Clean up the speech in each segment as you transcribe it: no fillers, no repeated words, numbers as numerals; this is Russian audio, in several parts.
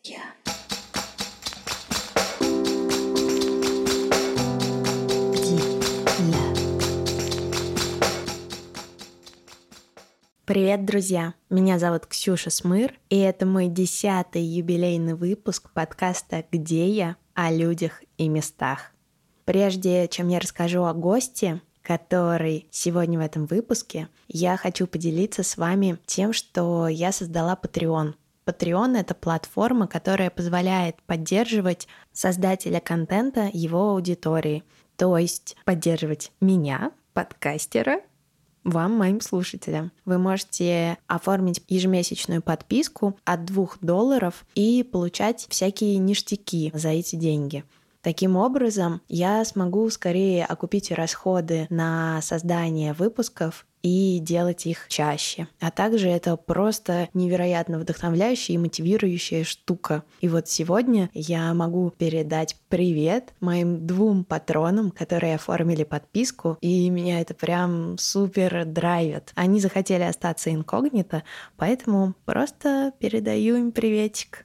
Я. Привет, друзья! Меня зовут Ксюша Смыр, и это мой 10-й юбилейный выпуск подкаста «Где я?» о людях и местах. Прежде чем я расскажу о госте, который сегодня в этом выпуске, я хочу поделиться с вами тем, что я создала Patreon. Patreon — это платформа, которая позволяет поддерживать создателя контента его аудитории, то есть поддерживать меня, подкастера, вам, моим слушателям. Вы можете оформить ежемесячную подписку от $2 и получать всякие ништяки за эти деньги. Таким образом, я смогу скорее окупить расходы на создание выпусков и делать их чаще. А также это просто невероятно вдохновляющая и мотивирующая штука. И вот сегодня я могу передать привет моим 2 патронам, которые оформили подписку, и меня это прям супер драйвит. Они захотели остаться инкогнито, поэтому просто передаю им приветик.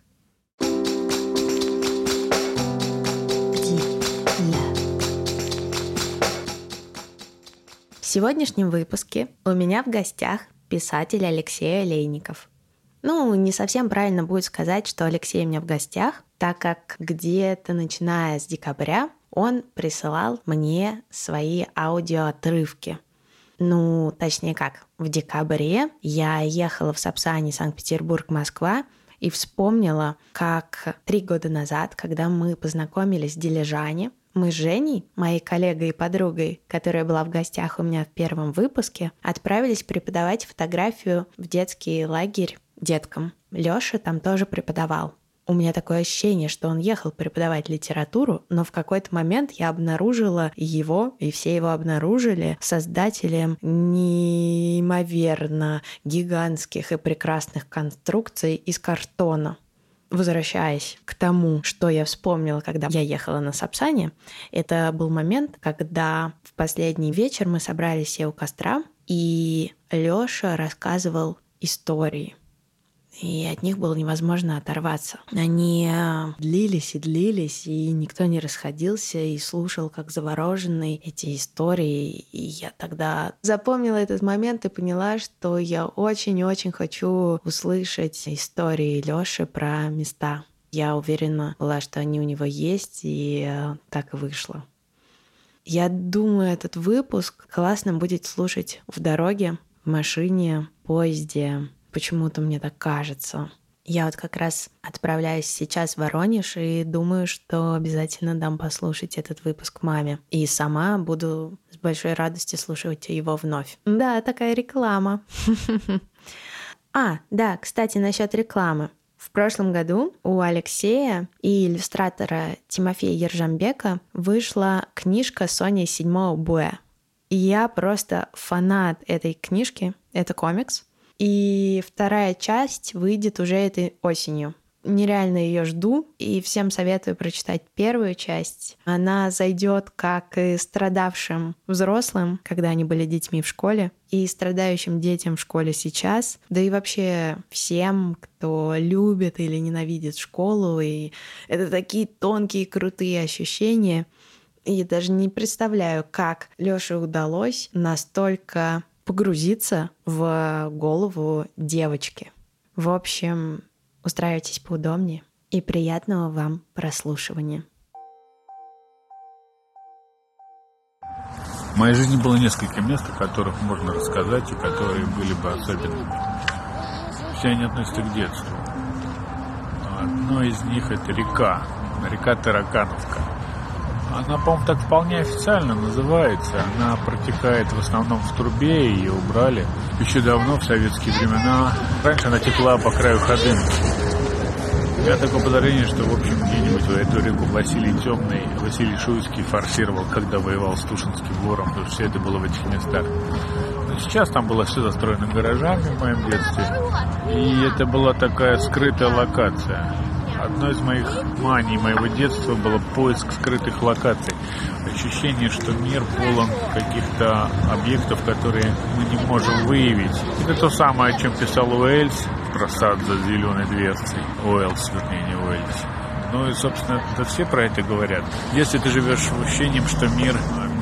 В сегодняшнем выпуске у меня в гостях писатель Алексей Олейников. Не совсем правильно будет сказать, что Алексей у меня в гостях, так как где-то начиная с декабря он присылал мне свои аудиоотрывки. Точнее как, в декабре я ехала в Сапсане Санкт-Петербург-Москва и вспомнила, как 3 года назад, когда мы познакомились в Дилижане, мы с Женей, моей коллегой и подругой, которая была в гостях у меня в первом выпуске, отправились преподавать фотографию в детский лагерь деткам. Лёша там тоже преподавал. У меня такое ощущение, что он ехал преподавать литературу, но в какой-то момент я обнаружила его, и все его обнаружили, создателем неимоверно гигантских и прекрасных конструкций из картона. Возвращаясь к тому, что я вспомнила, когда я ехала на Сапсане, это был момент, когда в последний вечер мы собрались все у костра, и Лёша рассказывал истории. И от них было невозможно оторваться. Они длились, и никто не расходился, и слушал, как завороженный, эти истории. И я тогда запомнила этот момент и поняла, что я очень-очень хочу услышать истории Лёши про места. Я уверена была, что они у него есть, и так и вышло. Я думаю, этот выпуск классно будет слушать в дороге, в машине, в поезде. Почему-то мне так кажется. Я как раз отправляюсь сейчас в Воронеж и думаю, что обязательно дам послушать этот выпуск маме. И сама буду с большой радостью слушать его вновь. Да, такая реклама. Да, кстати, насчет рекламы. В прошлом году у Алексея и иллюстратора Тимофея Ержамбека вышла книжка Сони 7 Б. И я просто фанат этой книжки. Это комикс. И 2 часть выйдет уже этой осенью. Нереально ее жду, и всем советую прочитать 1 часть. Она зайдет как и страдавшим взрослым, когда они были детьми в школе, и страдающим детям в школе сейчас, да и вообще всем, кто любит или ненавидит школу. И это такие тонкие, крутые ощущения. И я даже не представляю, как Лёше удалось настолько погрузиться в голову девочки. В общем, устраивайтесь поудобнее и приятного вам прослушивания. В моей жизни было несколько мест, о которых можно рассказать и которые были бы особенными. Все они относятся к детству. Одно из них — это река Таракановка. Она, по-моему, так вполне официально называется. Она протекает в основном в трубе, ее убрали еще давно, в советские времена. Раньше она текла по краю Ходынки. У меня такое подозрение, что, в общем, где-нибудь эту реку Василий Шуйский форсировал, когда воевал с Тушинским вором, потому что все это было в этих местах. Но сейчас там было все застроено гаражами в моем детстве, и это была такая скрытая локация. Одной из моих маний моего детства было поиск скрытых локаций. Ощущение, что мир полон каких-то объектов, которые мы не можем выявить. Это то самое, о чем писал Уэллс. просад за зеленой дверцей. Уэллс, вернее, не Уэльс. Ну и, собственно, это все про это говорят. Если ты живешь ощущением, что мир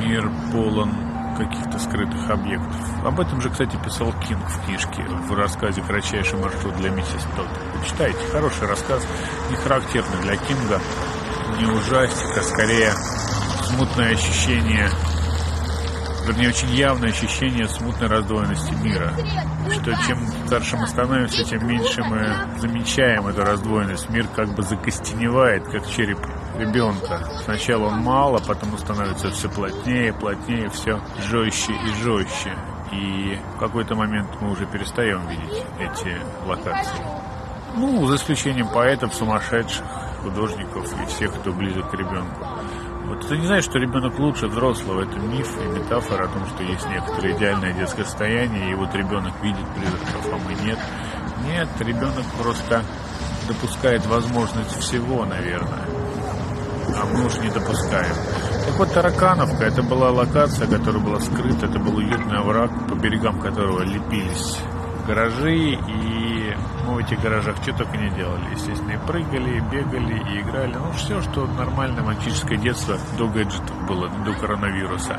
полон каких-то скрытых объектов. Об этом же, кстати, писал Кинг в книжке, в рассказе «Кратчайший маршрут для миссис Тодд». Почитайте, хороший рассказ, не характерный для Кинга, не ужастик, а скорее смутное ощущение, вернее, очень явное ощущение смутной раздвоенности мира. Что чем старше мы становимся, тем меньше мы замечаем эту раздвоенность. Мир как бы закостеневает, как череп ребенка. Сначала он мало, потом он становится все плотнее, плотнее, все жестче и жестче. И в какой-то момент мы уже перестаем видеть эти локации. Ну, за исключением поэтов, сумасшедших, художников и всех, кто близок к ребенку. Вот ты не знаешь, что ребенок лучше взрослого. Это миф и метафора о том, что есть некоторое идеальное детское состояние, и вот ребенок видит призраков, а мы нет. Нет, ребенок просто допускает возможность всего, наверное. А мы уж не допускаем. Так вот, Таракановка, это была локация, которая была скрыта, это был уютный овраг, по берегам которого лепились гаражи, и мы в этих гаражах что только не делали. Естественно, и прыгали, и бегали, и играли. Ну, все, что нормальное мальчишеское детство до гаджетов было, до коронавируса.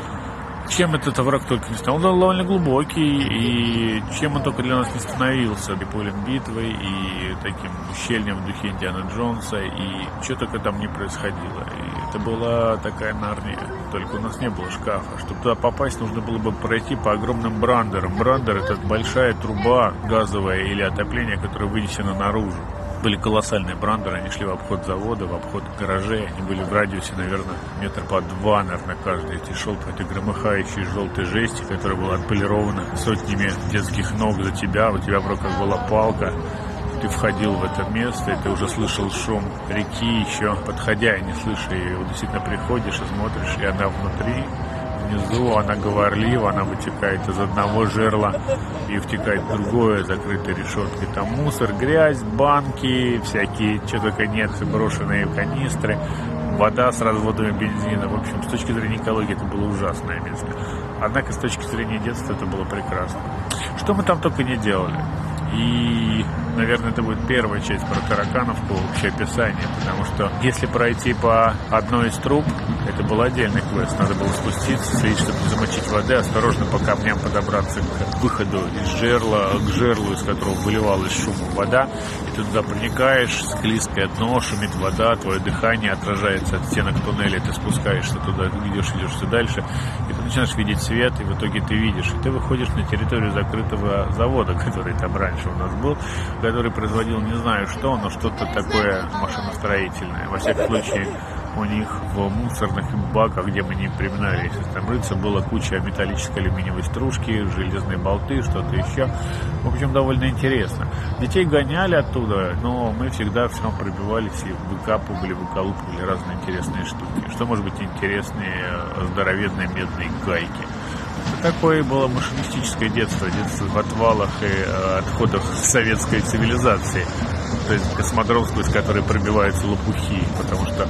Чем этот овраг только не стал? Он был довольно глубокий, и чем он только для нас не становился. И полем битвы, и таким ущельем в духе Индиана Джонса, и что только там не происходило. И это была такая Нарния, только у нас не было шкафа. Чтобы туда попасть, нужно было бы пройти по огромным брандерам. Брандер — это большая труба газовая или отопление, которая вынесена наружу. Были колоссальные брандеры, они шли в обход завода, в обход гаражей, они были в радиусе, наверное, метр по 2, наверное, каждый. Ты шел по этой громыхающей желтой жести, которая была отполирована сотнями детских ног за тебя, у тебя в руках была палка, ты входил в это место, и ты уже слышал шум реки, еще подходя, не слыша ее, действительно приходишь и смотришь, и она внутри. Внизу она говорлива, она вытекает из одного жерла и втекает в другое, закрытой решеткой. Там мусор, грязь, банки, всякие, что только нет, брошенные канистры, вода с разводами бензина. В общем, с точки зрения экологии это было ужасное место. Однако с точки зрения детства это было прекрасно. Что мы там только не делали. И, наверное, это будет первая часть про Таракановку, общее описание, потому что если пройти по одной из труб, это был отдельный квест, надо было спуститься, следить, чтобы не замочить воды, осторожно по камням подобраться к выходу из жерла, к жерлу, из которого выливалась шумом вода, и ты туда проникаешь, склизкое дно, шумит вода, твое дыхание отражается от стенок туннеля, ты спускаешься туда, идешь все дальше, и ты начинаешь видеть свет, и в итоге ты видишь, и ты выходишь на территорию закрытого завода, который там раньше у нас был, который производил не знаю что, но что-то такое машиностроительное. Во всяком случае, у них в мусорных баках, где мы не приминали, если там рыться, была куча металлической алюминиевой стружки, железные болты, что-то еще. В общем, довольно интересно. Детей гоняли оттуда, но мы всегда все равно пробивались и выкалупывали разные интересные штуки. Что может быть интереснее здоровенные медные гайки? Такое было машинистическое детство в отвалах и отходах советской цивилизации, то есть космодромскую, из которой пробиваются лопухи, потому что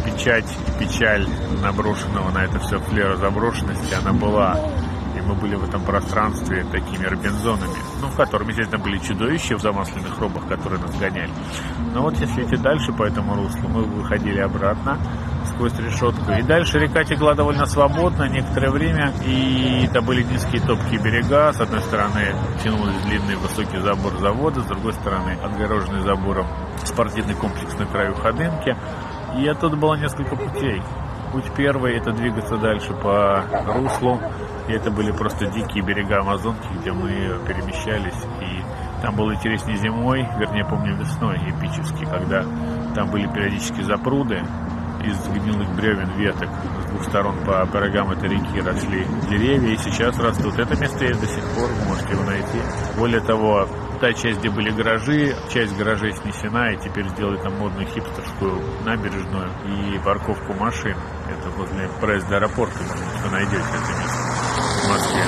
печаль наброшенного на это все флера заброшенности, она была, и мы были в этом пространстве такими робинзонами, в котором, естественно, были чудовища в замасленных робах, которые нас гоняли. Но вот если идти дальше по этому руслу, мы выходили обратно сквозь решетку. И дальше река текла довольно свободно некоторое время, и это были низкие топкие берега. С одной стороны тянулся длинный высокий забор завода, с другой стороны отгороженный забором спортивный комплекс на краю Ходынки. И оттуда было несколько путей. Путь первый — это двигаться дальше по руслу, и это были просто дикие берега Амазонки, где мы перемещались, и там было интереснее зимой, вернее, помню, весной эпически, когда там были периодически запруды из гнилых бревен, веток. С двух сторон по берегам этой реки росли деревья, и сейчас растут. Это место есть до сих пор, вы можете его найти. Более того, та часть, где были гаражи, часть гаражей снесена, и теперь сделали там модную хипстерскую набережную и парковку машин. Это возле проезда аэропорта, вы найдете это место в Москве.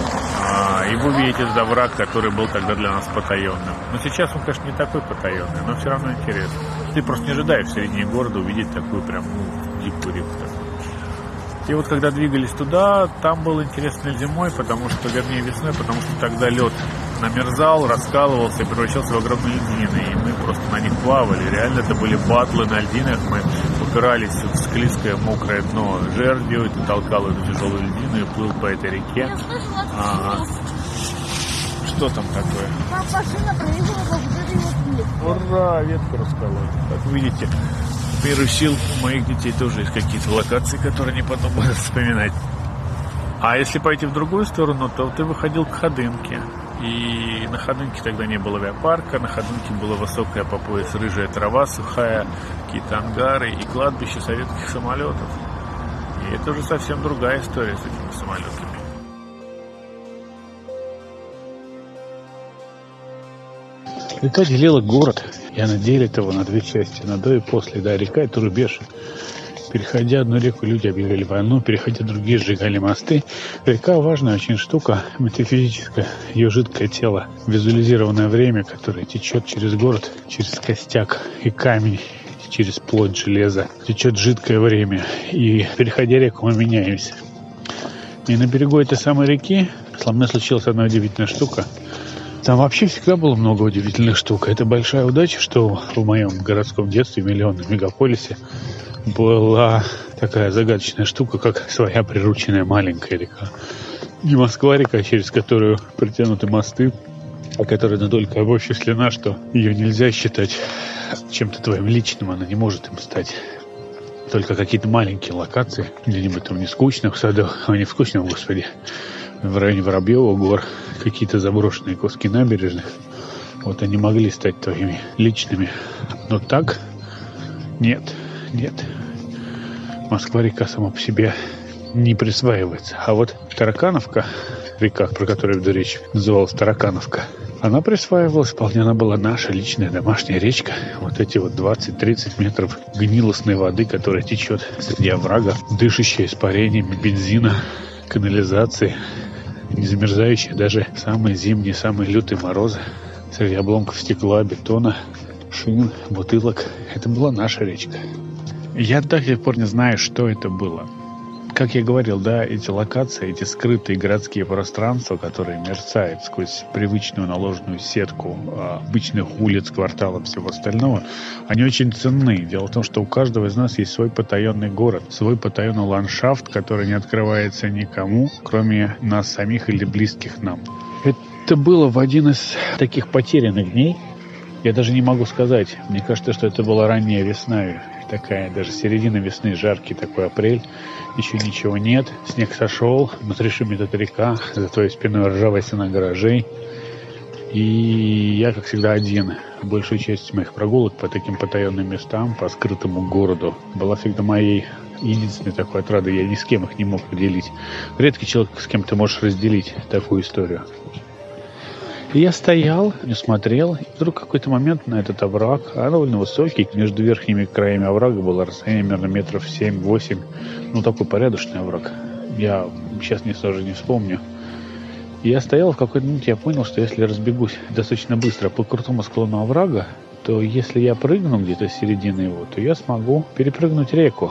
И вы увидите этот овраг, который был тогда для нас потаенным. Но сейчас он, конечно, не такой потаенный, но все равно интересно. Ты просто не ожидаешь в середине города увидеть такую прям, дикую реку такую. И вот когда двигались туда, там было интересно зимой, вернее весной, потому что тогда лед намерзал, раскалывался и превращался в огромные льдины. И мы просто на них плавали. Реально это были батлы на льдинах. Мы упирались в склизкое, мокрое дно жердью, и ты толкал эту тяжелую льдину и плыл по этой реке. Что там такое? Там машина проехала по вот этой вот ветке. Ура, ветку раскололи. Как видите, первых сил у моих детей тоже есть какие-то локации, которые они потом будут вспоминать. А если пойти в другую сторону, то ты выходил к Ходынке. И на Ходынке тогда не было авиапарка, на Ходынке была высокая по пояс рыжая трава, сухая, какие-то ангары и кладбище советских самолетов. И это уже совсем другая история с этими самолетами. Река делила город, и она делит его на две части, на до и после. Да, река — это рубеж. Переходя одну реку, люди объявляли войну, переходя другие, сжигали мосты. Река — важная очень штука, метафизическая. Ее жидкое тело, визуализированное время, которое течет через город, через костяк и камень, через плоть железа. Течет жидкое время, и переходя реку, мы меняемся. И на берегу этой самой реки со мной случилась одна удивительная штука. Там вообще всегда было много удивительных штук. Это большая удача, что в моем городском детстве, миллионном мегаполисе, была такая загадочная штука, как своя прирученная маленькая река. И Москва-река, через которую протянуты мосты, которая настолько обобществлена, что ее нельзя считать чем-то твоим личным, она не может им стать. Только какие-то маленькие локации, где-нибудь там в нескучных садах, не в скучном, господи, в районе Воробьева гор, какие-то заброшенные куски набережных. Вот они могли стать твоими личными. Но так нет. Москва-река сама по себе не присваивается. А вот Таракановка, река, про которую я веду речь, называлась Таракановка, она присваивалась, вполне она была наша личная домашняя речка. Вот эти вот 20-30 метров гнилостной воды, которая течет среди оврага, дышащая испарениями бензина, канализации, не замерзающая даже в самые зимние, самые лютые морозы, среди обломков стекла, бетона, шин, бутылок. Это была наша речка. Я до сих пор не знаю, что это было. Как я говорил, да, эти локации, эти скрытые городские пространства, которые мерцают сквозь привычную наложенную сетку обычных улиц, кварталов, всего остального, они очень ценны. Дело в том, что у каждого из нас есть свой потаенный город, свой потаенный ландшафт, который не открывается никому, кроме нас самих или близких нам. Это было в один из таких потерянных дней. Я даже не могу сказать. Мне кажется, что это была ранняя весна. Такая даже середина весны, жаркий такой апрель. Еще ничего нет. Снег сошел. Внутри шумит эта река. За твоей спиной ржавая стена гаражей. И я, как всегда, один. Большую часть моих прогулок по таким потаенным местам, по скрытому городу, была всегда моей единственной такой отрадой. Я ни с кем их не мог поделить. Редкий человек, с кем ты можешь разделить такую историю. И я стоял, не смотрел, и вдруг в какой-то момент на этот овраг, довольно высокий, между верхними краями оврага было расстояние примерно метров 7-8, такой порядочный овраг. Я сейчас тоже не вспомню. И я стоял, в какой-то момент я понял, что если разбегусь достаточно быстро по крутому склону оврага, то если я прыгну где-то с середины его, то я смогу перепрыгнуть реку.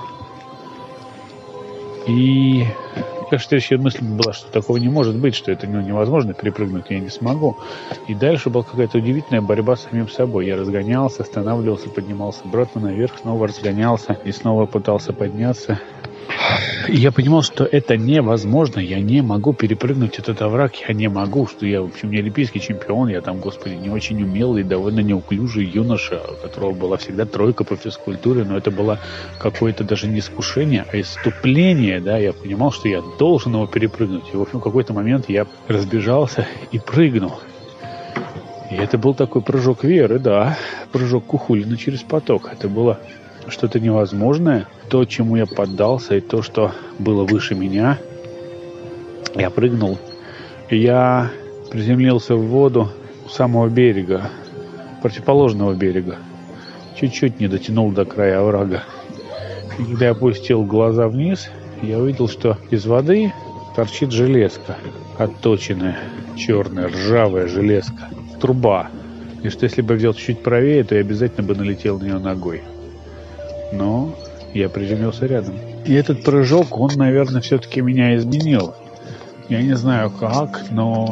И кажется, следующая мысль была, что такого не может быть, что это невозможно перепрыгнуть, я не смогу. И дальше была какая-то удивительная борьба с самим собой. Я разгонялся, останавливался, поднимался обратно наверх, снова разгонялся и снова пытался подняться. И я понимал, что это невозможно, я не могу перепрыгнуть этот овраг, я не могу, что я, в общем, не олимпийский чемпион, я там, господи, не очень умелый, довольно неуклюжий юноша, у которого была всегда тройка по физкультуре, но это было какое-то даже не искушение, а исступление, да, я понимал, что я должен его перепрыгнуть, и, в общем, в какой-то момент я разбежался и прыгнул. И это был такой прыжок веры, да, прыжок Кухулина через поток, это было что-то невозможное, то, чему я поддался, и то, что было выше меня. Я прыгнул, и я приземлился в воду у самого берега, противоположного берега. Чуть-чуть не дотянул до края оврага. И когда я опустил глаза вниз, я увидел, что из воды торчит железка, отточенная, черная, ржавая железка, труба. И что если бы я взял чуть правее, то я обязательно бы налетел на нее ногой. Но я приземлился рядом. И этот прыжок, он, наверное, все-таки меня изменил. Я не знаю как, но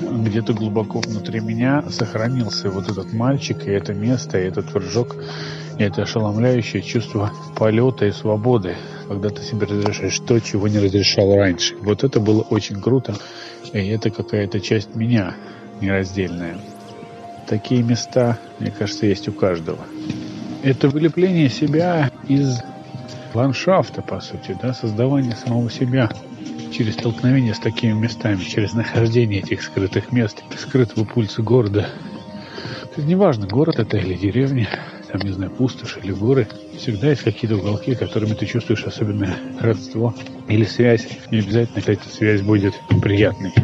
где-то глубоко внутри меня сохранился вот этот мальчик, и это место, и этот прыжок, и это ошеломляющее чувство полета и свободы, когда ты себе разрешаешь то, чего не разрешал раньше. Вот это было очень круто, и это какая-то часть меня нераздельная. Такие места, мне кажется, есть у каждого. Это вылепление себя из ландшафта, по сути, да, создавание самого себя через столкновение с такими местами, через нахождение этих скрытых мест, скрытого пульса города. Это неважно, город это или деревня, там, не знаю, пустошь или горы. Всегда есть какие-то уголки, которыми ты чувствуешь особенное родство или связь. И обязательно эта связь будет приятной.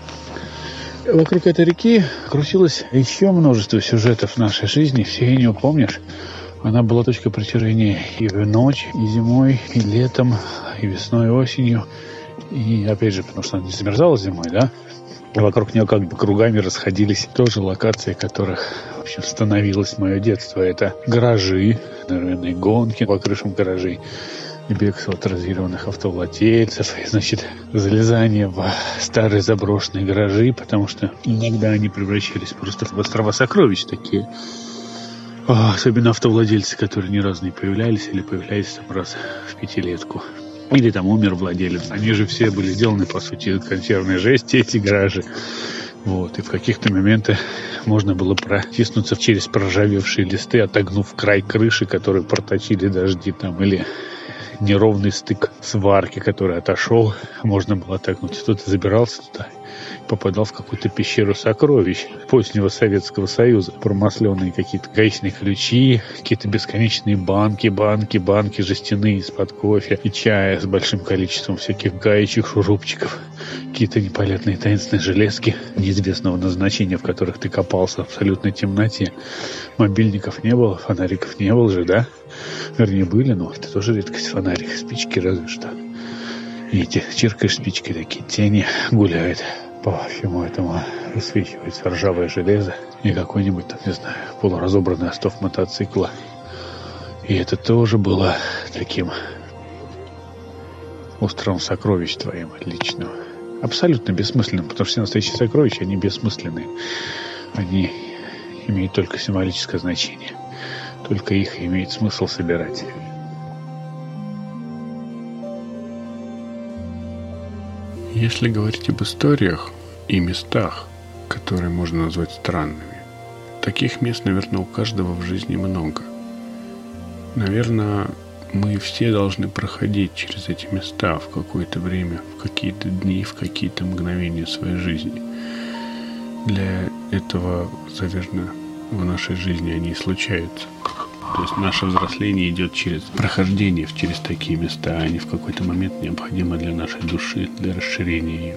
Вокруг этой реки крутилось еще множество сюжетов в нашей жизни. Все ее помнишь. Она была точкой притяжения и в ночь, и зимой, и летом, и весной, и осенью. И опять же, потому что она не замерзала зимой, да? Вокруг нее как бы кругами расходились тоже локации, которых, в общем, становилось мое детство. Это гаражи, наверное, гонки по крышам гаражей, и бегство от разъяренных автовладельцев, и, значит, залезание в старые заброшенные гаражи, потому что иногда они превращались просто в острова сокровищ такие. Особенно автовладельцы, которые ни разу не появлялись или появлялись там раз в пятилетку. Или там умер владелец. Они же все были сделаны, по сути, из консервной жести, эти гаражи. Вот. И в каких-то моментах можно было протиснуться через проржавевшие листы, отогнув край крыши, которые проточили дожди там, или неровный стык сварки, который отошел. Можно было отогнуть. Кто-то забирался туда, попадал в какую-то пещеру сокровищ позднего Советского Союза. Промасленные какие-то гаечные ключи, какие-то бесконечные банки жестяные из-под кофе и чая с большим количеством всяких гаечек, шурупчиков, какие-то непонятные таинственные железки неизвестного назначения, в которых ты копался в абсолютной темноте. Мобильников не было, фонариков не было же, да? Вернее, были, но это тоже редкость, фонарик, спички разве что. И эти чиркаешь спичкой, такие тени гуляют по всему этому, высвечивается ржавое железо и какой-нибудь там, не знаю, полуразобранный остов мотоцикла. И это тоже было таким островом сокровищ твоим личного. Абсолютно бессмысленным, потому что все настоящие сокровища, они бессмысленные. Они имеют только символическое значение. Только их имеет смысл собирать. Если говорить об историях и местах, которые можно назвать странными, таких мест, наверное, у каждого в жизни много. Наверное, мы все должны проходить через эти места в какое-то время, в какие-то дни, в какие-то мгновения своей жизни. Для этого, наверное, в нашей жизни они и случаются. То есть наше взросление идет через прохождение через такие места, а они в какой-то момент необходимы для нашей души, для расширения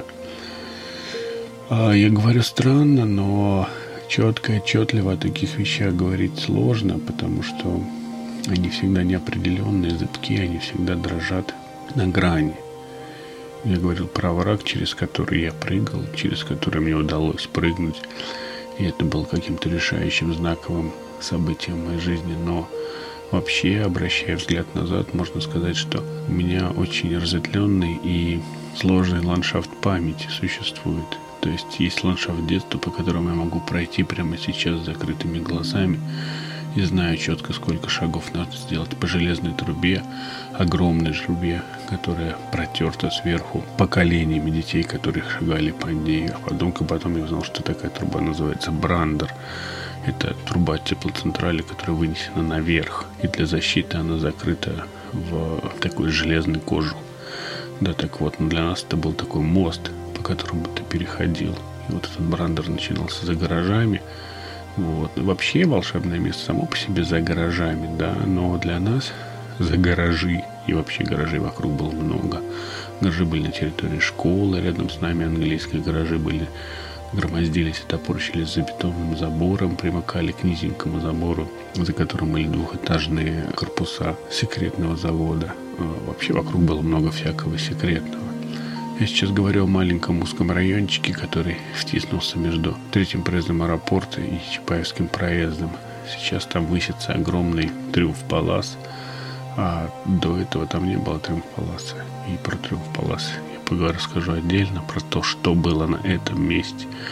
ее. Я говорю странно, но четко и отчетливо о таких вещах говорить сложно, потому что они всегда неопределенные, зыбкие, они всегда дрожат на грани. Я говорил про овраг, через который я прыгал, через который мне удалось прыгнуть. И это было каким-то решающим, знаковым событием в моей жизни. Но вообще, обращая взгляд назад, можно сказать, что у меня очень разветвленный и сложный ландшафт памяти существует. То есть ландшафт детства, по которому я могу пройти прямо сейчас с закрытыми глазами. И знаю четко, сколько шагов надо сделать по железной трубе, огромной трубе, которая протерта сверху поколениями детей, которые шагали по ней. А потом я узнал, что такая труба называется брандер. Это труба теплоцентрали, которая вынесена наверх. И для защиты она закрыта в такой железный кожух. Да, так вот, но для нас это был такой мост, по которому ты переходил. И вот этот брандер начинался за гаражами. Вот. Вообще волшебное место само по себе за гаражами, да, но для нас за гаражи, и вообще гаражей вокруг было много. Гаражи были на территории школы, рядом с нами английские гаражи были, громоздились и топорщились за бетонным забором, примыкали к низенькому забору, за которым были двухэтажные корпуса секретного завода. Вообще вокруг было много всякого секретного. Я сейчас говорю о маленьком узком райончике, который втиснулся между третьим проездом аэропорта и Чапаевским проездом. Сейчас там высится огромный Триумф-Палас, а до этого там не было Триумф-Паласа. И про Триумф-Палас я расскажу отдельно, про то, что было на этом месте.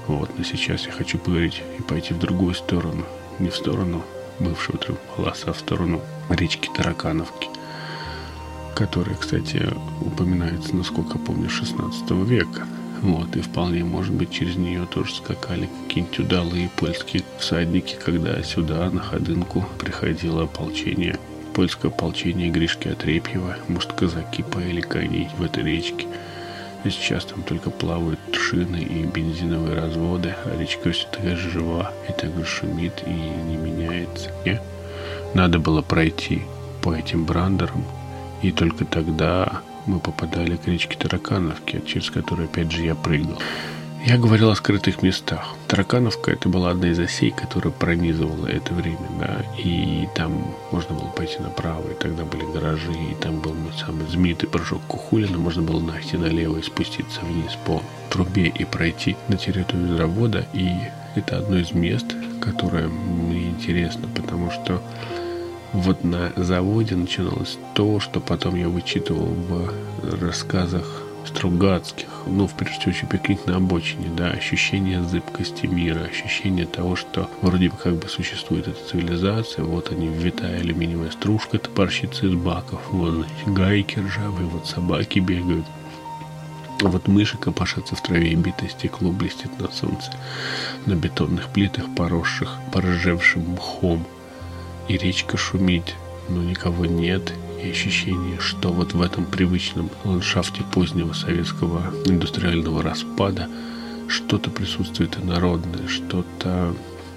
Вот, но сейчас я хочу поговорить и пойти в другую сторону. Не в сторону бывшего Трехполоса, а в сторону речки Таракановки, которая, кстати, упоминается, насколько помню, 16 века. Вот, и вполне, может быть, через нее тоже скакали какие-нибудь удалые польские всадники, когда сюда, на Ходынку, приходило ополчение, польское ополчение Гришки Отрепьева. Может, казаки поили коней в этой речке. И сейчас там только плавают шины и бензиновые разводы, а речка все такая же жива и так же шумит и не меняется. Не? Надо было пройти по этим брандерам, и только тогда мы попадали к речке Таракановке, через которую, опять же, я прыгал. Я говорил о скрытых местах. Таракановка — это была одна из осей, которая пронизывала это время, да, и там можно было пойти направо, и тогда были гаражи, и там был мой самый знаменитый прыжок Кухулина, можно было найти налево и спуститься вниз по трубе и пройти на территорию завода, и это одно из мест, которое мне интересно, потому что вот на заводе начиналось то, что потом я вычитывал в рассказах Стругацких, в прежде всего, «Пикник на обочине», да, ощущение зыбкости мира, ощущение того, что вроде бы как бы существует эта цивилизация, вот они, витая алюминиевая стружка топорщится из баков, вот, значит, гайки ржавые, вот собаки бегают, вот мыши копошатся в траве, и битое стекло блестит на солнце, на бетонных плитах, поросших поржевшим мхом, и речка шумит, но никого нет. И ощущение, что вот в этом привычном ландшафте позднего советского индустриального распада что-то присутствует инородное, что-то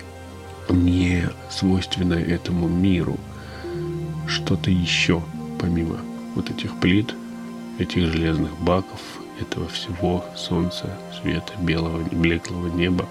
не свойственное этому миру, что-то еще, помимо вот этих плит, этих железных баков, этого всего солнца, света, белого, блеклого неба.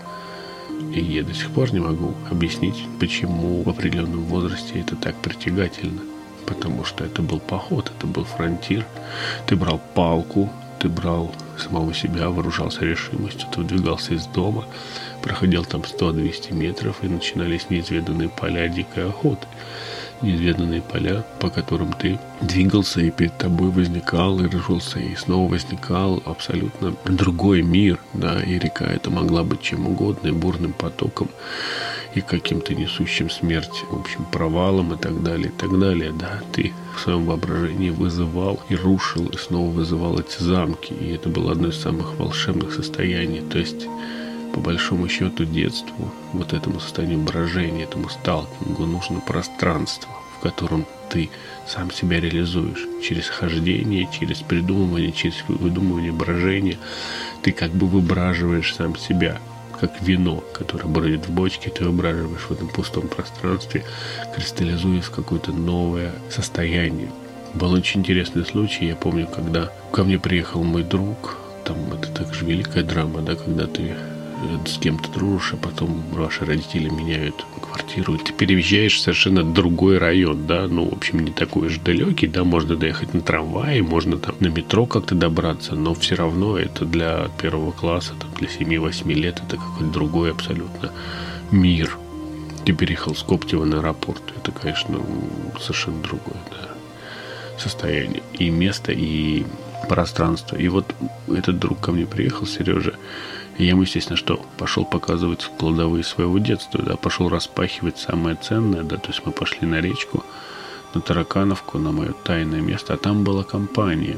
И я до сих пор не могу объяснить, почему в определенном возрасте это так притягательно. Потому что это был поход, это был фронтир. Ты брал палку, ты брал самого себя, вооружался решимостью, ты выдвигался из дома, проходил там 100-200 метров, и начинались неизведанные поля дикой охоты. Неизведанные поля, по которым ты двигался, и перед тобой возникал, и рыжился, и снова возникал абсолютно другой мир, да, и река эта могла быть чем угодно, и бурным потоком, и каким-то несущим смерть, в общем, провалом, и так далее, да, ты в своем воображении вызывал и рушил, и снова вызывал эти замки, и это было одно из самых волшебных состояний, то есть, по большому счету, детству, вот этому состоянию брожения, этому сталкингу нужно пространство, в котором ты сам себя реализуешь. Через хождение, через придумывание, через выдумывание, брожение. Ты как бы выбраживаешь сам себя, как вино, которое бродит в бочке, ты выбраживаешь в этом пустом пространстве, кристаллизуясь в какое-то новое состояние. Был очень интересный случай, я помню, когда ко мне приехал мой друг, там это также великая драма, да, когда ты с кем-то дружишь, а потом ваши родители меняют квартиру, и ты переезжаешь в совершенно другой район, да, в общем, не такой уж далекий, да, можно доехать на трамвае, можно там на метро как-то добраться, но все равно это для первого класса, там, для 7-8 лет, это какой-то другой абсолютно мир. Ты переехал с Коптева на аэропорт, это, конечно, совершенно другое, да, состояние, и место, и пространство. И вот этот друг ко мне приехал, Сережа, и я ему, естественно, что? Пошел показывать кладовые своего детства, да, пошел распахивать самое ценное, да, то есть мы пошли на речку, на Таракановку, на мое тайное место, а там была компания.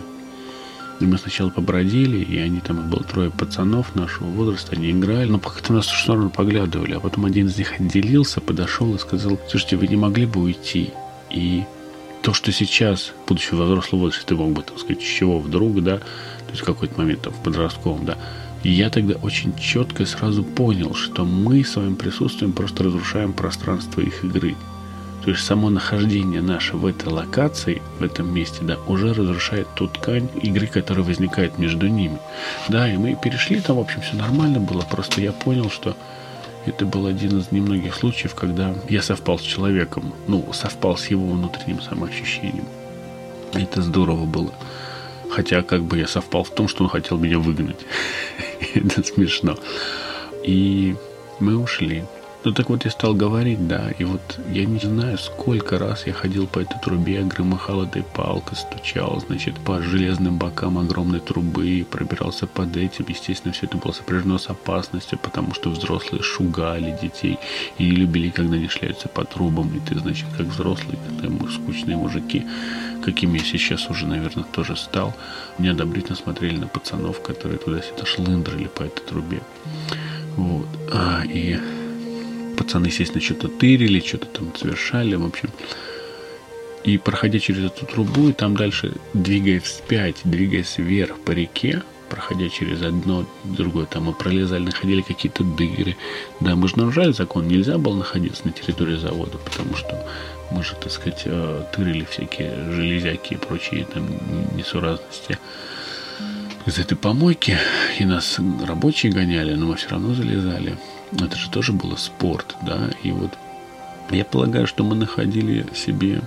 И мы сначала побродили, и они там, их было 3 пацанов нашего возраста, они играли, но как-то нас в сторону поглядывали, а потом один из них отделился, подошел и сказал: слушайте, вы не могли бы уйти? И то, что сейчас, будучи во взрослом возрасте, ты мог бы, так сказать, с чего вдруг, да, то есть в какой-то момент там в подростковом, да, и я тогда очень четко сразу понял, что мы своим присутствием просто разрушаем пространство их игры. То есть само нахождение наше в этой локации, в этом месте, да, уже разрушает ту ткань игры, которая возникает между ними. Да, и мы перешли, там, в общем, все нормально было, просто я понял, что это был один из немногих случаев, когда я совпал с человеком, совпал с его внутренним самоощущением. И это здорово было. Хотя как бы я совпал в том, что он хотел меня выгнать. Это смешно. И мы ушли. Ну так вот я стал говорить, да, и вот я не знаю, сколько раз я ходил по этой трубе, громыхал этой палкой, стучал, значит, по железным бокам огромной трубы, пробирался под этим. Естественно, все это было сопряжено с опасностью, потому что взрослые шугали детей и не любили, когда они шляются по трубам. И ты, значит, как взрослый, когда скучные мужики, какими я сейчас уже, наверное, тоже стал, неодобрительно смотрели на пацанов, которые туда-сюда шлындрили по этой трубе. Вот. И пацаны, естественно, что-то тырили, что-то там совершали, в общем. И проходя через эту трубу, и там дальше, двигаясь вспять, двигаясь вверх по реке, проходя через одно, другое, там мы пролезали, находили какие-то дыры. Да, мы же нарушали закон, нельзя было находиться на территории завода, потому что мы же, так сказать, тырили всякие железяки и прочие там несуразности из этой помойки, и нас рабочие гоняли, но мы все равно залезали. Это же тоже было спорт, да, и вот я полагаю, что мы находили себе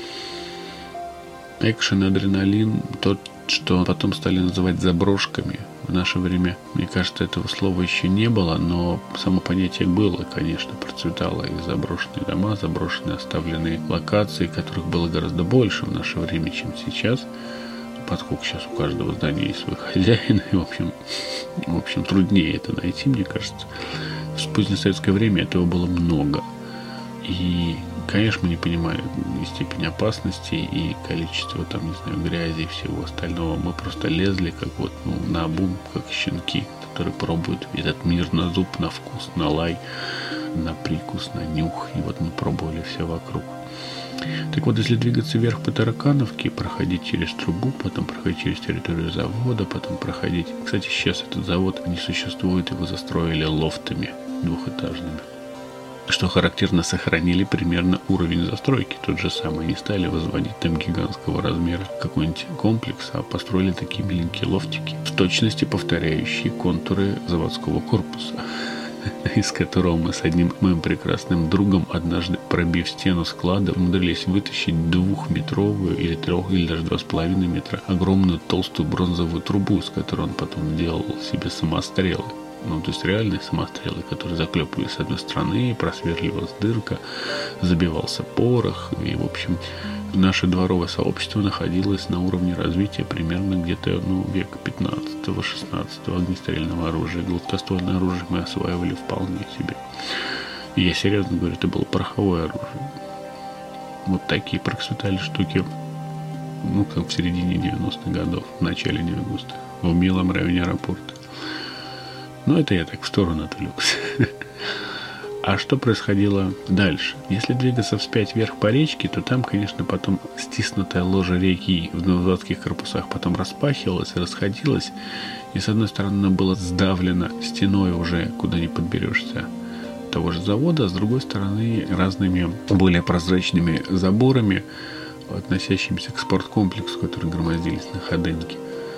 экшен, адреналин, тот, что потом стали называть заброшками. В наше время, мне кажется, этого слова еще не было, но само понятие было, конечно, процветало. И заброшенные дома, заброшенные оставленные локации, которых было гораздо больше в наше время, чем сейчас. Поскольку сейчас у каждого здания есть свой хозяин, и, в общем, труднее это найти, мне кажется. В позднесоветское время этого было много. И, конечно, мы не понимали и степень опасности, и количество, там, не знаю, грязи и всего остального. Мы просто лезли, как вот, наобум, как щенки, которые пробуют этот мир на зуб, на вкус, на лай, на прикус, на нюх. И вот мы пробовали все вокруг. Так вот, если двигаться вверх по Таракановке, проходить через трубу, потом проходить через территорию завода, потом проходить... Кстати, сейчас этот завод не существует, его застроили лофтами двухэтажными. Что характерно, сохранили примерно уровень застройки. Тот же самый, не стали возводить там гигантского размера какой-нибудь комплекс, а построили такие миленькие лофтики, в точности повторяющие контуры заводского корпуса, из которого мы с одним моим прекрасным другом, однажды пробив стену склада, умудрились вытащить 2-метровую или 3, или даже 2,5 метра огромную толстую бронзовую трубу, с которой он потом делал себе самострелы. Ну, то есть реальные самострелы, которые заклепывали с одной стороны, просверливалась дырка, забивался порох. И, в общем, наше дворовое сообщество находилось на уровне развития примерно где-то века 15-16 огнестрельного оружия. Гладкоствольное оружие мы осваивали вполне себе. И я серьезно говорю, это было пороховое оружие. Вот такие процветали штуки, как в середине 90-х годов, в начале 90-х, в милом районе аэропорта. Но это я так в сторону отвлекся. А что происходило дальше? Если двигаться вспять вверх по речке, то там, конечно, потом стиснутая ложа реки в заводских корпусах потом распахивалась и расходилась. И с одной стороны она была сдавлена стеной уже, куда не подберешься, того же завода, а с другой стороны разными более прозрачными заборами, относящимися к спорткомплексу, которые громоздились на Ходынке.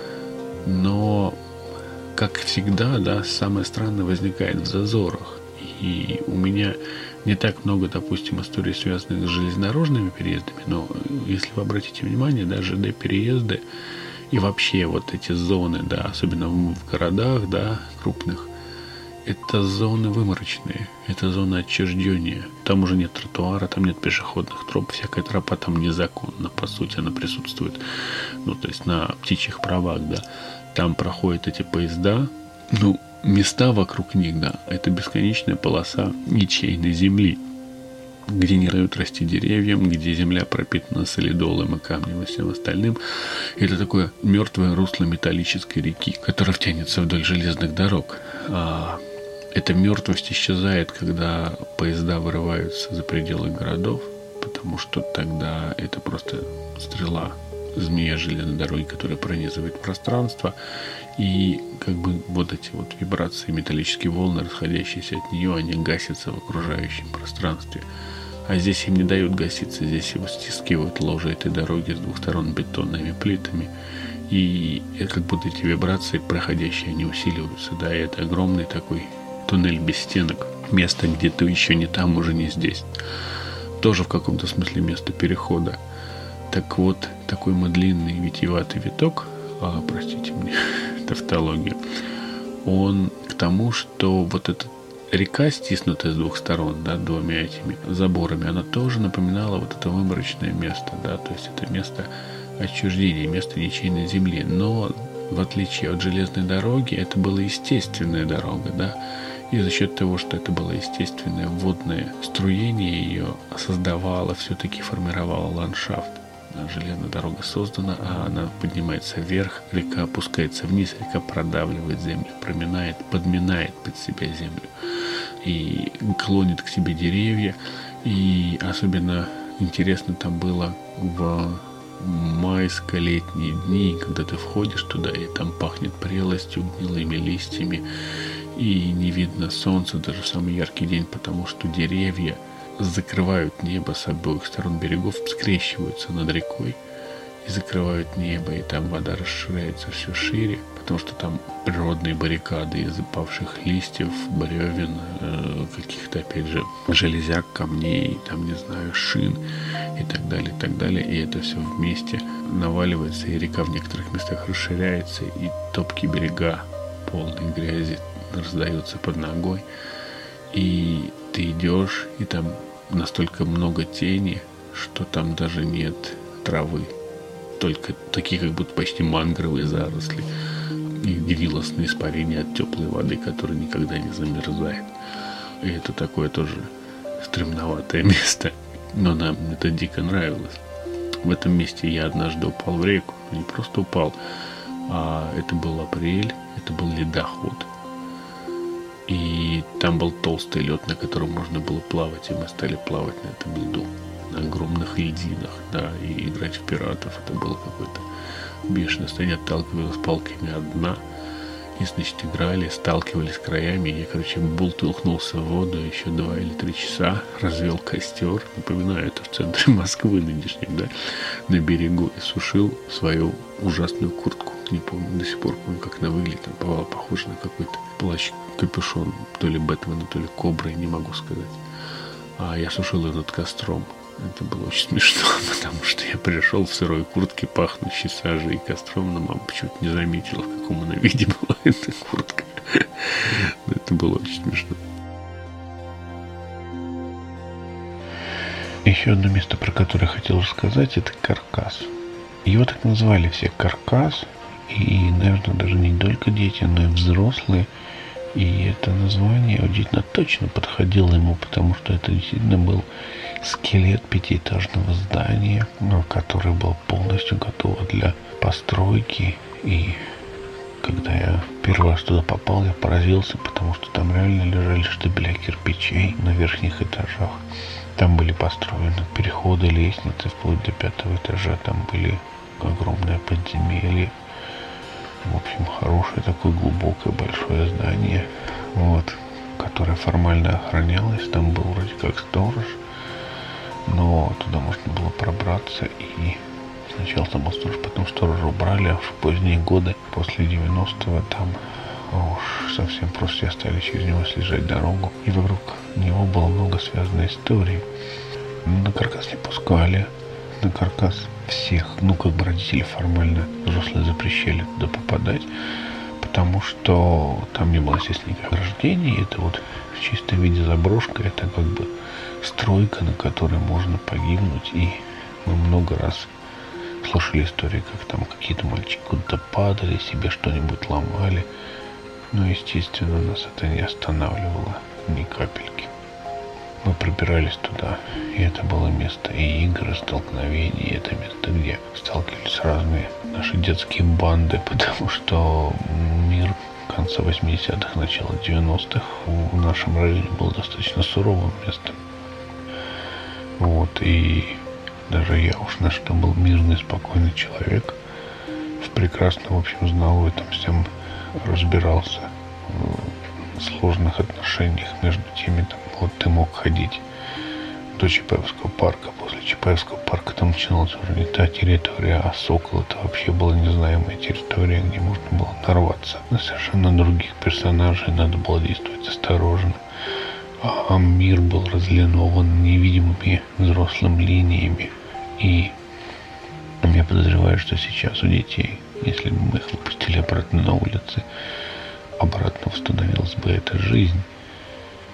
Но, как всегда, да, самое странное возникает в зазорах. И у меня не так много, допустим, историй, связанных с железнодорожными переездами, но если вы обратите внимание, да, ЖД-переезды и вообще вот эти зоны, да, особенно в городах, да, крупных, это зоны выморочные, это зоны отчуждения. Там уже нет тротуара, там нет пешеходных троп, всякая тропа там незаконна, по сути, она присутствует, то есть на птичьих правах, да. Там проходят эти поезда, места вокруг них, да, это бесконечная полоса ничейной земли, где не дают расти деревьям, где земля пропитана солидолом и камнем и всем остальным. Это такое мертвое русло металлической реки, которая тянется вдоль железных дорог. Эта мертвость исчезает, когда поезда вырываются за пределы городов, потому что тогда это просто стрела, змея железной дороги, которая пронизывает пространство, и вот эти вот вибрации, металлические волны, расходящиеся от нее, они гасятся в окружающем пространстве. А здесь им не дают гаситься, здесь его стискивают ложи этой дороги с двух сторон бетонными плитами. И как будто эти вибрации, проходящие, они усиливаются. Да, и это огромный такой туннель без стенок. Место, где ты еще не там, уже не здесь. Тоже в каком-то смысле место перехода. Так вот, такой длинный витиеватый виток, простите мне, тавтологию, он к тому, что вот этот река, стиснутая с двух сторон, да, двумя этими заборами, она тоже напоминала вот это выборочное место, да, то есть это место отчуждения, место ничейной земли. Но в отличие от железной дороги, это была естественная дорога, да, и за счет того, что это было естественное водное струение, ее создавало, все-таки формировало ландшафт. Железная дорога создана, а она поднимается вверх, река опускается вниз, река продавливает землю, проминает, подминает под себя землю и клонит к себе деревья. И особенно интересно там было в майско-летние дни, когда ты входишь туда, и там пахнет прелостью, гнилыми листьями, и не видно солнца даже в самый яркий день, потому что деревья закрывают небо с обоих сторон берегов, скрещиваются над рекой и закрывают небо, и там вода расширяется все шире, потому что там природные баррикады из опавших листьев, бревен, каких-то, опять же, железяк, камней, там, не знаю, шин и так далее, и так далее. И это все вместе наваливается, и река в некоторых местах расширяется, и топкие берега, полные грязи, раздаются под ногой. И ты идешь, и там настолько много тени, что там даже нет травы. Только такие, как будто почти мангровые заросли. И гнилостные испарения от теплой воды, которая никогда не замерзает. И это такое тоже стремноватое место. Но нам это дико нравилось. В этом месте я однажды упал в реку. Не просто упал, а это был апрель, это был ледоход. И там был толстый лед, на котором можно было плавать, и мы стали плавать на этом льду, на огромных льдинах, да, и играть в пиратов. Это было какое-то бешеное состояние, отталкивались палками от дна, и, значит, играли, сталкивались краями. Я, короче, бултыхнулся в воду еще 2 или 3 часа, развел костер, напоминаю, это в центре Москвы нынешнем, да, на берегу, и сушил свою ужасную куртку. Не помню, до сих пор помню, как она выглядит. Она бывала похожа на какой-то плащ-капюшон, то ли Бэтмена, то ли Кобры, не могу сказать. А я сушил ее над костром. Это было очень смешно, потому что я пришел в сырой куртке, пахнущей сажей и костром, но мама почему-то не заметила, в каком она виде была эта куртка. Но это было очень смешно. Еще одно место, про которое я хотел рассказать, это Каркас. Его так назвали все Каркас, и, наверное, даже не только дети, но и взрослые. И это название удивительно точно подходило ему, потому что это действительно был скелет 5-этажного здания, который был полностью готов для постройки. И когда я первый раз туда попал, я поразился, потому что там реально лежали штабеля кирпичей на верхних этажах. Там были построены переходы, лестницы вплоть до 5-го этажа. Там были огромные подземелья. В общем, хорошее такое глубокое большое здание, которое формально охранялось. Там был вроде как сторож, но туда можно было пробраться. И сначала там был сторож, потом сторожа убрали, а в поздние годы, после 90-го, там уж совсем просто стали через него съезжать дорогу. И вокруг него было много связанной истории. На Каркас не пускали. На Каркас всех, родители формально, взрослые, запрещали туда попадать, потому что там не было, естественно, никаких ограждений. Это в чистом виде заброшка, это как бы стройка, на которой можно погибнуть. И мы много раз слышали истории, как там какие-то мальчики куда-то падали, себе что-нибудь ломали. Но, естественно, нас это не останавливало ни капельки. Мы пробирались туда, и это было место и игр, и столкновений, и это место, где сталкивались разные наши детские банды, потому что мир конца 80-х, начала 90-х в нашем районе был достаточно суровым местом. И даже я уж на что был мирный, спокойный человек, прекрасно, в общем, знал в этом всем, разбирался в сложных отношениях между теми, ты мог ходить до Чапаевского парка. После Чапаевского парка там начиналась уже не та территория, а Сокол. Это вообще была незнаемая территория, где можно было нарваться на совершенно других персонажей. Надо было действовать осторожно. А мир был разлинован невидимыми взрослыми линиями. И я подозреваю, что сейчас у детей, если бы мы их выпустили обратно на улицы, обратно восстановилась бы эта жизнь.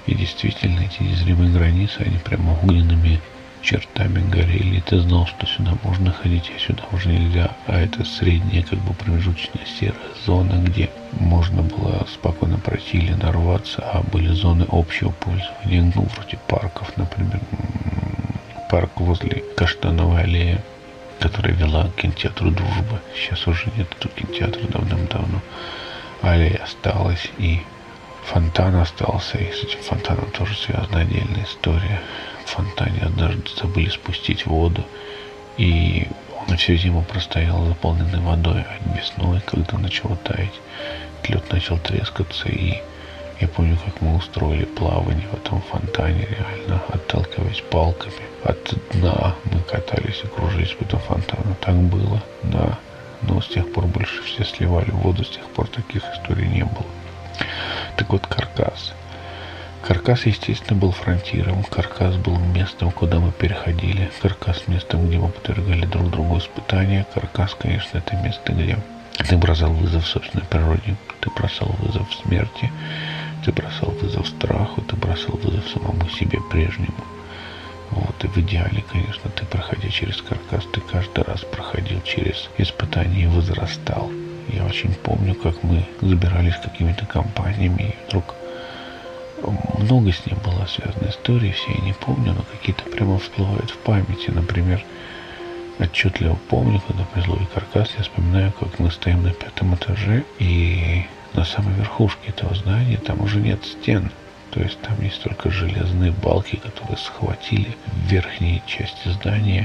И действительно, эти незримые границы, они прямо огненными чертами горели, и ты знал, что сюда можно ходить, а сюда уже нельзя. А это средняя, как бы промежуточная серая зона, где можно было спокойно пройти или нарваться, а были зоны общего пользования, ну, вроде парков, например, парк возле Каштановой аллеи, которая вела к кинотеатру «Дружба». Сейчас уже нет, тут кинотеатра давным-давно. Аллея осталась, и фонтан остался, и с этим фонтаном тоже связана отдельная история. В фонтане однажды забыли спустить воду, и он всю зиму простоял заполненной водой, а весной, когда начало таять, лед начал трескаться, и я помню, как мы устроили плавание в этом фонтане, реально отталкиваясь палками от дна. Мы катались и кружились по этому фонтану. Так было, да. Но с тех пор больше все сливали воду, с тех пор таких историй не было. Так вот, Каркас. Каркас, естественно, был фронтиром. Каркас был местом, куда мы переходили. Каркас — местом, где мы подвергали друг другу испытания. Каркас, конечно, это место, где ты бросал вызов собственной природе, ты бросал вызов смерти, ты бросал вызов страху, ты бросал вызов самому себе прежнему. Вот, и в идеале, конечно, ты, проходя через Каркас, ты каждый раз проходил через испытания и возрастал. Я очень помню, как мы забирались какими-то компаниями, и вдруг много с ним было связано истории, все я не помню, но какие-то прямо всплывают в памяти. Например, отчетливо помню, когда при слове «Каркас» я вспоминаю, как мы стоим на 5-м этаже, и на самой верхушке этого здания там уже нет стен. То есть там есть только железные балки, которые схватили в верхней части здания,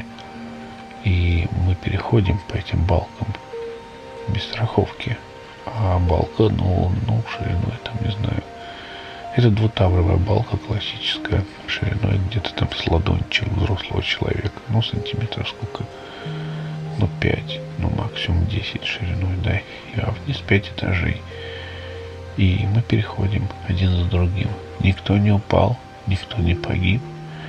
и мы переходим по этим балкам без страховки. А балка, ну шириной, там, не знаю, это двутавровая балка классическая, шириной где-то там с ладончик взрослого человека, ну, сантиметров сколько, 5, максимум 10 шириной, да, а вниз 5 этажей. И мы переходим один за другим. Никто не упал, никто не погиб,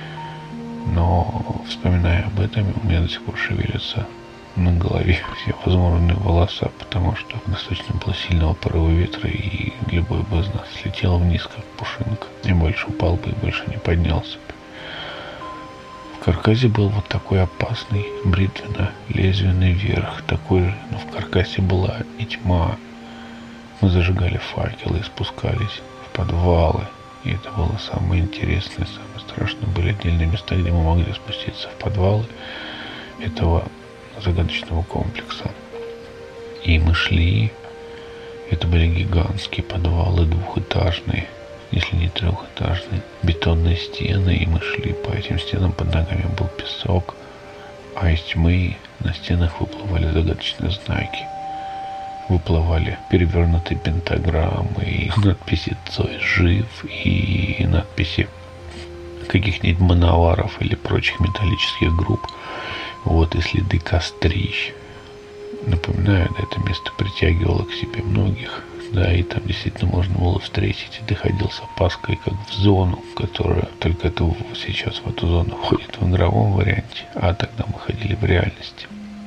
но, вспоминая об этом, у меня до сих пор шевелятся на голове все возможные волоса, потому что достаточно было сильного порыва ветра, и любой бы из нас слетел вниз, как пушинка, и больше упал бы, и больше не поднялся бы. В Каркасе был вот такой опасный бритвенно-лезвенный верх, такой же, но в Каркасе была и тьма. Мы зажигали факелы и спускались в подвалы, и это было самое интересное, самое страшное. Были отдельные места, где мы могли спуститься в подвалы этого загадочного комплекса. И мы шли, это были гигантские подвалы, двухэтажные, если не трехэтажные, бетонные стены, и мы шли по этим стенам, под ногами был песок, а из тьмы на стенах выплывали загадочные знаки. Выплывали перевернутые пентаграммы, и надписи «Цой жив», и надписи каких-нибудь мановаров или прочих металлических групп. Вот, и следы кострищ. Напоминаю, да, это место притягивало к себе многих. Да, и там действительно можно было встретить, и ты ходил с опаской, как в зону, которая только это сейчас в эту зону входит в игровом варианте, а тогда мы ходили в реальности.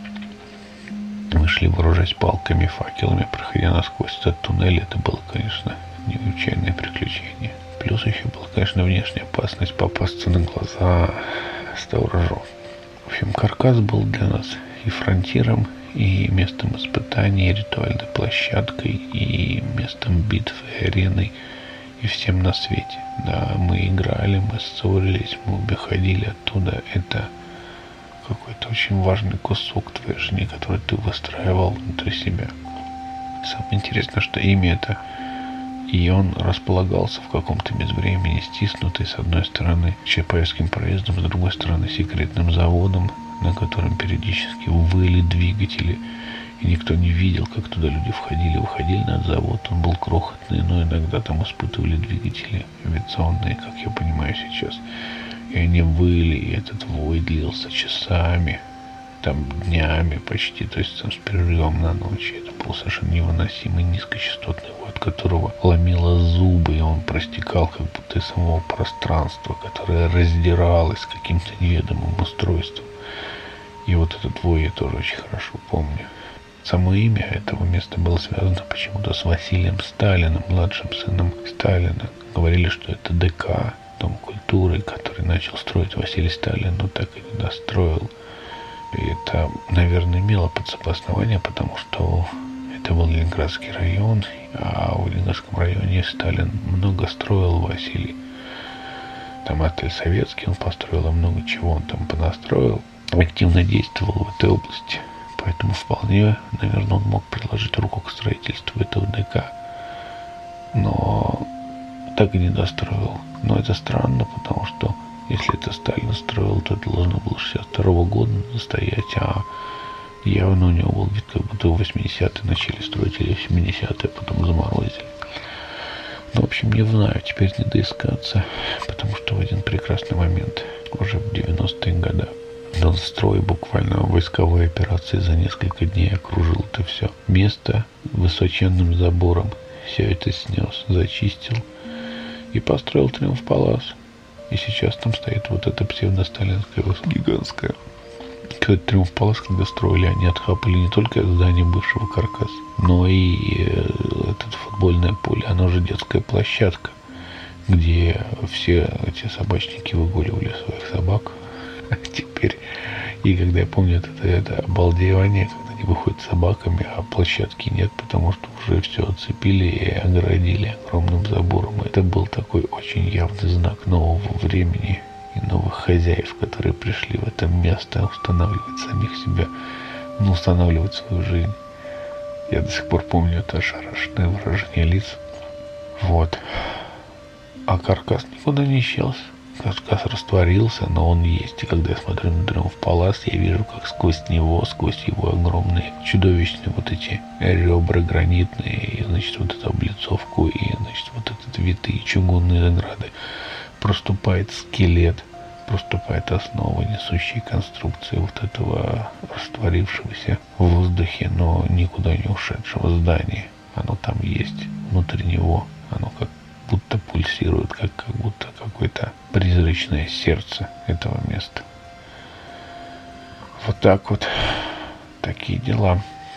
Мы шли, вооружаясь палками, факелами, проходя насквозь этот туннель. Это было, конечно, необычайное приключение. Плюс еще была, конечно, внешняя опасность попасться на глаза сторожу. В общем, Каркас был для нас и фронтиром, и местом испытаний, и ритуальной площадкой, и местом битвы, и ареной, и всем на свете. Да, мы играли, мы ссорились, мы выходили оттуда. Это какой-то очень важный кусок твоей жизни, который ты выстраивал внутри себя. Самое интересное, что имя это, и он располагался в каком-то безвремени, стиснутый с одной стороны Чапаевским проездом, с другой стороны секретным заводом, на котором периодически выли двигатели, и никто не видел, как туда люди входили, выходили на завод. Он был крохотный, но иногда там испытывали двигатели авиационные, как я понимаю сейчас. И они выли, и этот вой длился часами, там днями почти, то есть там с перерывом на ночь. Это был совершенно невыносимый низкочастотный вой, от которого ломило зубы, и он простекал как будто из самого пространства, которое раздиралось каким-то неведомым устройством. И вот этот вой я тоже очень хорошо помню. Само имя этого места было связано почему-то с Василием Сталиным, младшим сыном Сталина. Говорили, что это ДК, Дом культуры, который начал строить Василий Сталин, но так и не достроил. И это, наверное, имело под собой основание, потому что это был Ленинградский район, а в Ленинградском районе Сталин много строил, Василий. Там отель советский он построил, а много чего он там понастроил. Активно действовал в этой области. Поэтому вполне, наверное, он мог приложить руку к строительству этого ДК. Но так и не достроил. Но это странно, потому что если это Сталин строил, то это должно было 62 года стоять, а явно у него был вид, как будто в 80-е начали строить или в 70-е, потом заморозили. Ну, в общем, не знаю, теперь не доискаться, потому что в один прекрасный момент, уже в 90-е годы, Донстрой буквально войсковой операции за несколько дней окружил это все место высоченным забором. Все это снес, зачистил и построил Триумф-Палас. И сейчас там стоит вот эта псевдосталинская гигантская. Кстати, Триумф-Палас, когда строили, они отхапали не только здание бывшего Каркаса, но и это футбольное поле. Оно же детская площадка, где все эти собачники выгуливали своих собак. А теперь, и когда я помню это обалдевание, когда они выходят с собаками, а площадки нет, потому что уже все оцепили и огородили огромным забором. Это был такой очень явный знак нового времени и новых хозяев, которые пришли в это место устанавливать самих себя, устанавливать свою жизнь. Я до сих пор помню это ошарашенное выражение лиц. Вот. А Каркас никуда не исчез. Каркас растворился, но он есть. И когда я смотрю на Триумф-Палас, я вижу, как сквозь него, сквозь его огромные, чудовищные вот эти ребра гранитные, и, значит, вот эту облицовку, и, значит, вот этот витые чугунные ограды, проступает скелет, проступает основа несущей конструкции вот этого растворившегося в воздухе, но никуда не ушедшего здания. Оно там есть, внутри него. Оно как будто пульсирует, как будто какое-то призрачное сердце этого места. Вот так вот. Такие дела.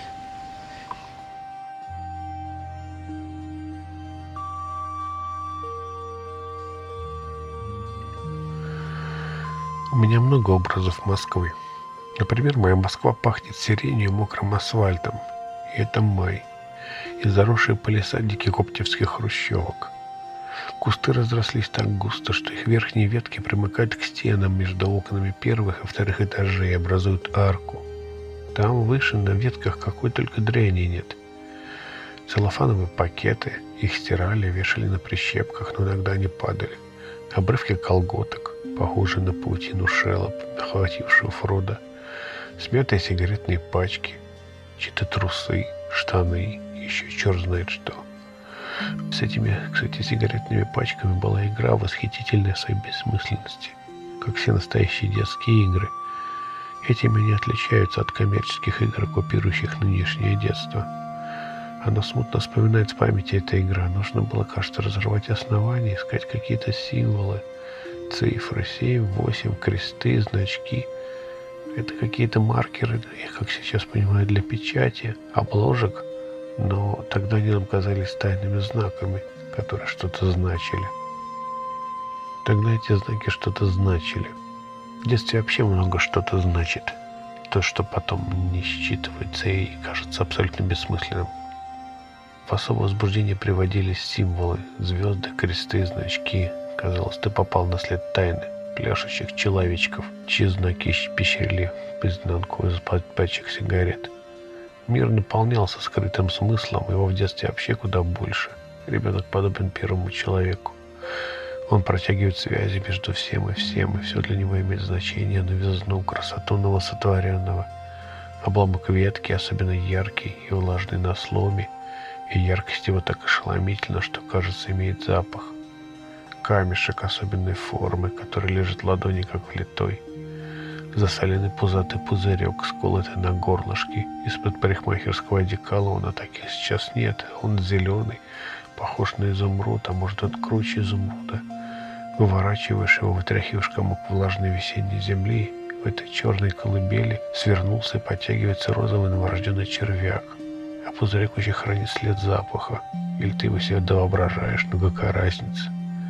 У меня много образов Москвы. Например, моя Москва пахнет сиренью и мокрым асфальтом. И это май. И заросшие палисадники коптевских хрущевок. Кусты разрослись так густо, что их верхние ветки примыкают к стенам между окнами первых и вторых этажей и образуют арку. Там выше на ветках какой только дряни нет. Целлофановые пакеты, их стирали, вешали на прищепках, но иногда они падали. Обрывки колготок, похожие на паутину шелоп, охватившую Фродо. Смятые сигаретные пачки, чьи-то трусы, штаны, еще черт знает что. С этими, кстати, сигаретными пачками была игра восхитительной своей бессмысленности. Как все настоящие детские игры. Этими не отличаются от коммерческих игр, копирующих нынешнее детство. Оно смутно вспоминает в памяти эта игра. Нужно было, кажется, разрывать основания, искать какие-то символы, цифры, 7, 8, кресты, значки. Это какие-то маркеры, их, как сейчас понимаю, для печати, обложек. Но тогда они нам казались тайными знаками, которые что-то значили. Тогда эти знаки что-то значили. В детстве вообще много что-то значит. То, что потом не считывается и кажется абсолютно бессмысленным. В особое возбуждение приводились символы, звезды, кресты, значки. Казалось, ты попал на след тайны, пляшущих человечков, чьи знаки пещерили в изнанку из пачек сигарет. Мир наполнялся скрытым смыслом, его в детстве вообще куда больше. Ребенок подобен первому человеку. Он протягивает связи между всем, и все для него имеет значение, новизну, красоту новосотворенного. Обломок ветки, особенно яркий и влажный на сломе, и яркость его так ошеломительна, что, кажется, имеет запах. Камешек особенной формы, который лежит в ладони, как влитой. Засоленный пузатый пузырек, сколотый на горлышке из-под парикмахерского одеколона. Таких сейчас нет. Он зеленый, похож на изумруд, а может, он круче изумруда. Выворачиваешь его, вытряхиваешь комок влажной весенней земли, В этой черной колыбели свернулся и подтягивается розовый новорожденный червяк. А пузырек еще хранит след запаха. Или ты его себе воображаешь, но какая разница?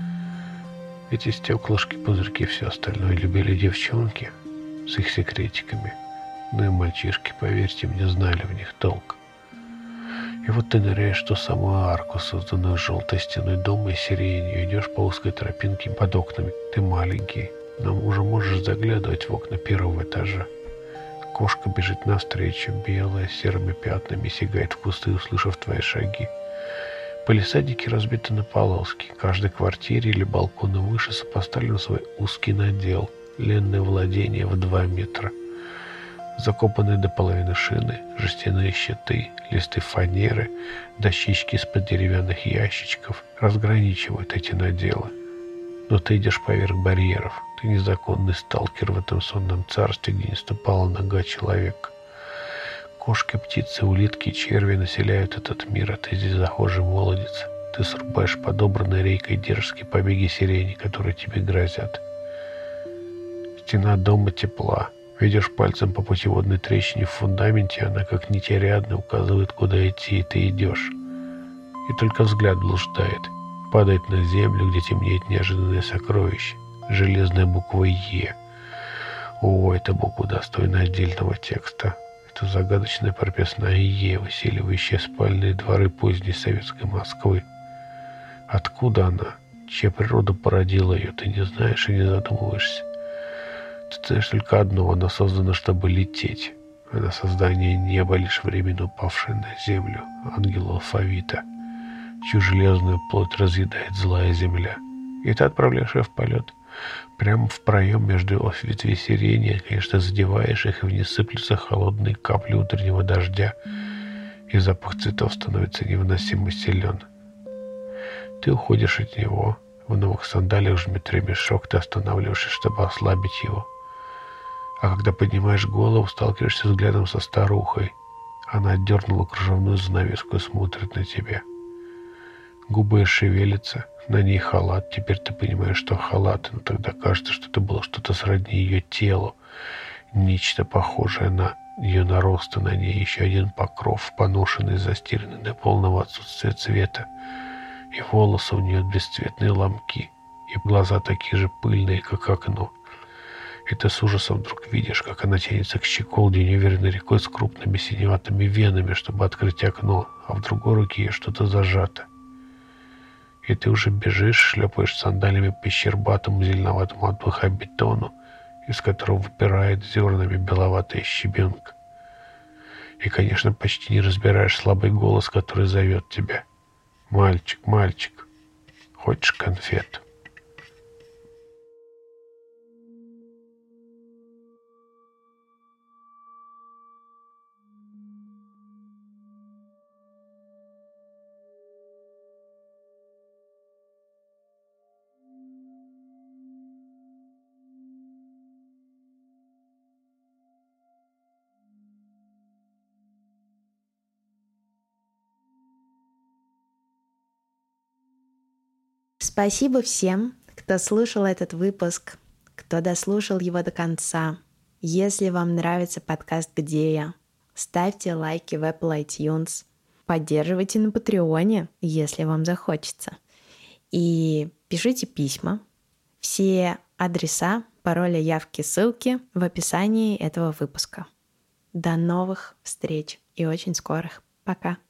Эти стеклышки, пузырьки, все остальное любили девчонки с их секретиками. Ну и мальчишки, поверьте мне, знали в них толк. И вот ты ныряешь в ту самую арку, созданную желтой стеной дома и сиренью, идешь по узкой тропинке под окнами. Ты маленький, но уже можешь заглядывать в окна первого этажа. Кошка бежит навстречу, белая, с серыми пятнами, сигает в кусты, услышав твои шаги. Палисадники разбиты на полоски. В каждой квартире или балконе выше сопоставлен свой узкий надел, ленное владение в 2 метра. Закопанные до половины шины, жестяные щиты, листы фанеры, дощечки из-под деревянных ящичков разграничивают эти наделы. Но ты идешь поверх барьеров. Ты незаконный сталкер в этом сонном царстве, где не ступала нога человека. Кошки, птицы, улитки, черви населяют этот мир, а ты здесь захожий молодец. Ты срубаешь подобранной рейкой дерзкие побеги сирени, которые тебе грозят. Стена дома тепла. Ведешь пальцем по путеводной трещине в фундаменте, она как нить Ариадны указывает, куда идти, и ты идешь. И только взгляд блуждает. Падает на землю, где темнеет неожиданное сокровище. Железная буква «Е». О, эта буква достойна отдельного текста. Это загадочная прописная «Е», выселивающая спальные дворы поздней советской Москвы. Откуда она? Чья природа породила ее, ты не знаешь и не задумываешься. Ты знаешь только одно: она создана, чтобы лететь. Она создание неба, лишь временно упавшее на землю, ангел алфавита, чью железную плоть разъедает злая земля. И ты отправляешь ее в полет. Прямо в проем между ветвей сирени, конечно, задеваешь их, и вниз сыплются холодные капли утреннего дождя, и запах цветов становится невыносимо силен. Ты уходишь от него. В новых сандалиях жмет ремешок, ты останавливаешься, чтобы ослабить его. А когда поднимаешь голову, сталкиваешься взглядом со старухой. Она отдернула кружевную занавеску и смотрит на тебя. Губы шевелятся, на ней халат. Теперь ты понимаешь, что халат, но тогда кажется, что это было что-то сродни ее телу. Нечто похожее на ее нарост, и на ней еще один покров, поношенный, застиранный до полного отсутствия цвета. И волосы у нее бесцветные ломки, и глаза такие же пыльные, как окно. И ты с ужасом вдруг видишь, как она тянется к щеколде неуверенной рекой с крупными синеватыми венами, чтобы открыть окно, а в другой руке ей что-то зажато. И ты уже бежишь, шлепаешь сандалиями по щербатому зеленоватому от мха бетону, из которого выпирает зернами беловатая щебенка. И, конечно, почти не разбираешь слабый голос, который зовет тебя. «Мальчик, мальчик, хочешь конфет?» Спасибо всем, кто слушал этот выпуск, кто дослушал его до конца. Если вам нравится подкаст «Где я?», ставьте лайки в Apple iTunes, поддерживайте на Патреоне, если вам захочется. И пишите письма. Все адреса, пароли, явки, ссылки в описании этого выпуска. До новых встреч и очень скорых. Пока.